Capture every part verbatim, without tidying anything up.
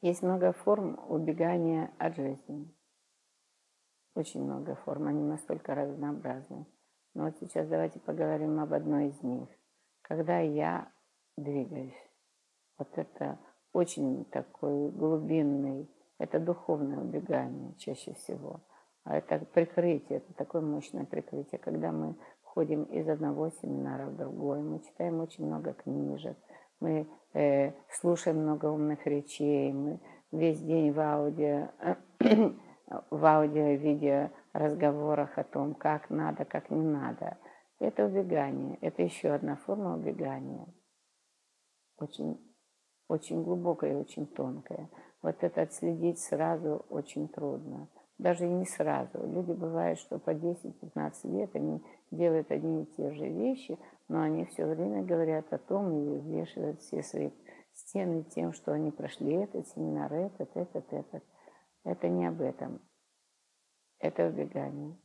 Есть много форм убегания от жизни. Очень много форм, они настолько разнообразны. Но вот сейчас давайте поговорим об одной из них. Когда я двигаюсь, вот это очень такой глубинный, это духовное убегание чаще всего. А это прикрытие, это такое мощное прикрытие, когда мы ходим из одного семинара в другой, мы читаем очень много книжек, мы э, слушаем много умных речей, мы весь день в аудио, в аудио-видео разговорах о том, как надо, как не надо. Это убегание, это еще одна форма убегания. Очень, очень глубокая и очень тонкая. Вот это отследить сразу очень трудно. Даже и не сразу. Люди бывают, что по десять-пятнадцать лет они делают одни и те же вещи, но они все время говорят о том и вешают все свои стены тем, что они прошли этот семинар, этот, этот, этот. Это не об этом. Это убегание.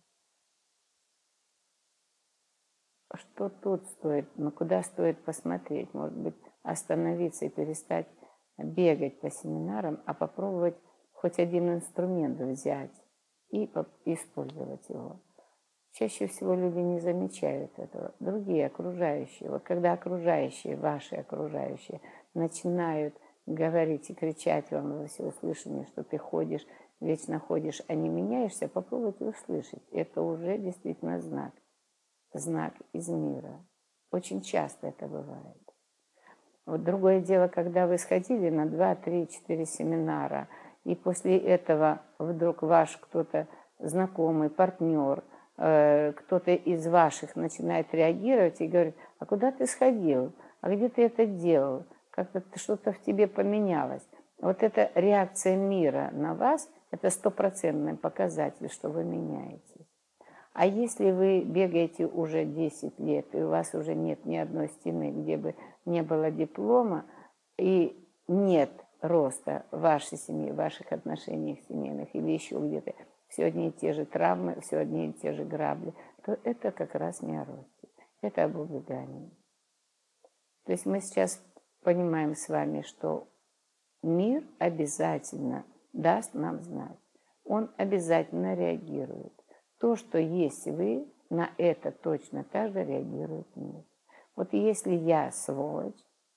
Что тут стоит, ну куда стоит посмотреть? Может быть, остановиться и перестать бегать по семинарам, а попробовать хоть один инструмент взять и использовать его. Чаще всего люди не замечают этого. Другие окружающие, вот когда окружающие, ваши окружающие, начинают говорить и кричать вам во всеуслышание, что ты ходишь, вечно ходишь, а не меняешься, попробуйте услышать. Это уже действительно знак. Знак из мира. Очень часто это бывает. Вот другое дело, когда вы сходили на два, три, четыре семинара, и после этого вдруг ваш кто-то знакомый, партнер, э, кто-то из ваших начинает реагировать и говорит: а куда ты сходил? А где ты это делал? Как-то что-то в тебе поменялось. Вот эта реакция мира на вас, это стопроцентный показатель, что вы меняетесь. А если вы бегаете уже десять лет, и у вас уже нет ни одной стены, где бы не было диплома, и нет роста в вашей семье, в ваших отношениях семейных или еще где-то, все одни и те же травмы, все одни и те же грабли, то это как раз не о росте, это об убегании. То есть мы сейчас понимаем с вами, что мир обязательно даст нам знать, он обязательно реагирует. То, что есть вы, на это точно так же реагирует мир. Вот если я сволочь,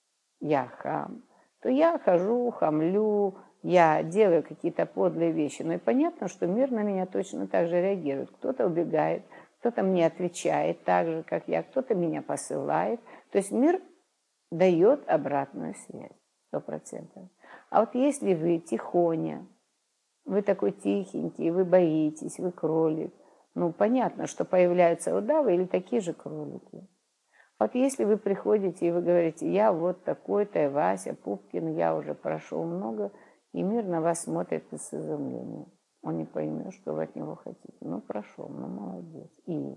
я хам, то я хожу, хамлю, я делаю какие-то подлые вещи. Но и понятно, что мир на меня точно так же реагирует. Кто-то убегает, кто-то мне отвечает так же, как я, кто-то меня посылает. То есть мир дает обратную связь, сто процентов. А вот если вы тихоня, вы такой тихенький, вы боитесь, вы кролик, ну, понятно, что появляются удавы или такие же кролики. Вот если вы приходите и вы говорите: я вот такой-то, Вася Пупкин, я уже прошел много, и мир на вас смотрит с изумлением. Он не поймет, что вы от него хотите. Ну, прошел, ну, молодец. И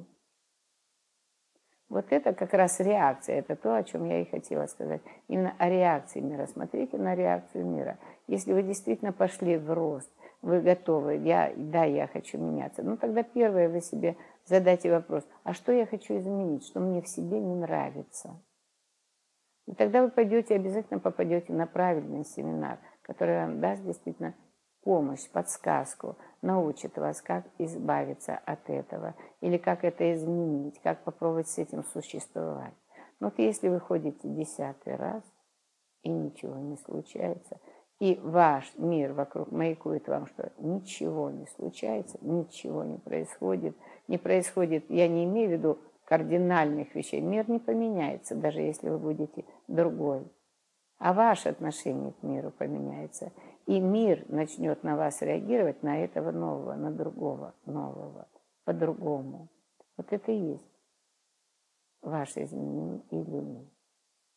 вот это как раз реакция, это то, о чем я и хотела сказать. Именно о реакции мира. Смотрите на реакцию мира. Если вы действительно пошли в рост, вы готовы, я, да, я хочу меняться, ну тогда первое вы себе задайте вопрос: а что я хочу изменить, что мне в себе не нравится? И тогда вы пойдете, обязательно попадете на правильный семинар, который вам даст действительно помощь, подсказку, научит вас, как избавиться от этого, или как это изменить, как попробовать с этим существовать. Но вот если вы ходите десятый раз, и ничего не случается, и ваш мир вокруг маякует вам, что ничего не случается, ничего не происходит, не происходит, я не имею в виду кардинальных вещей, мир не поменяется, даже если вы будете другой, а ваше отношение к миру поменяется, и мир начнет на вас реагировать, на этого нового, на другого нового, по-другому. Вот это и есть ваше изменение или нет.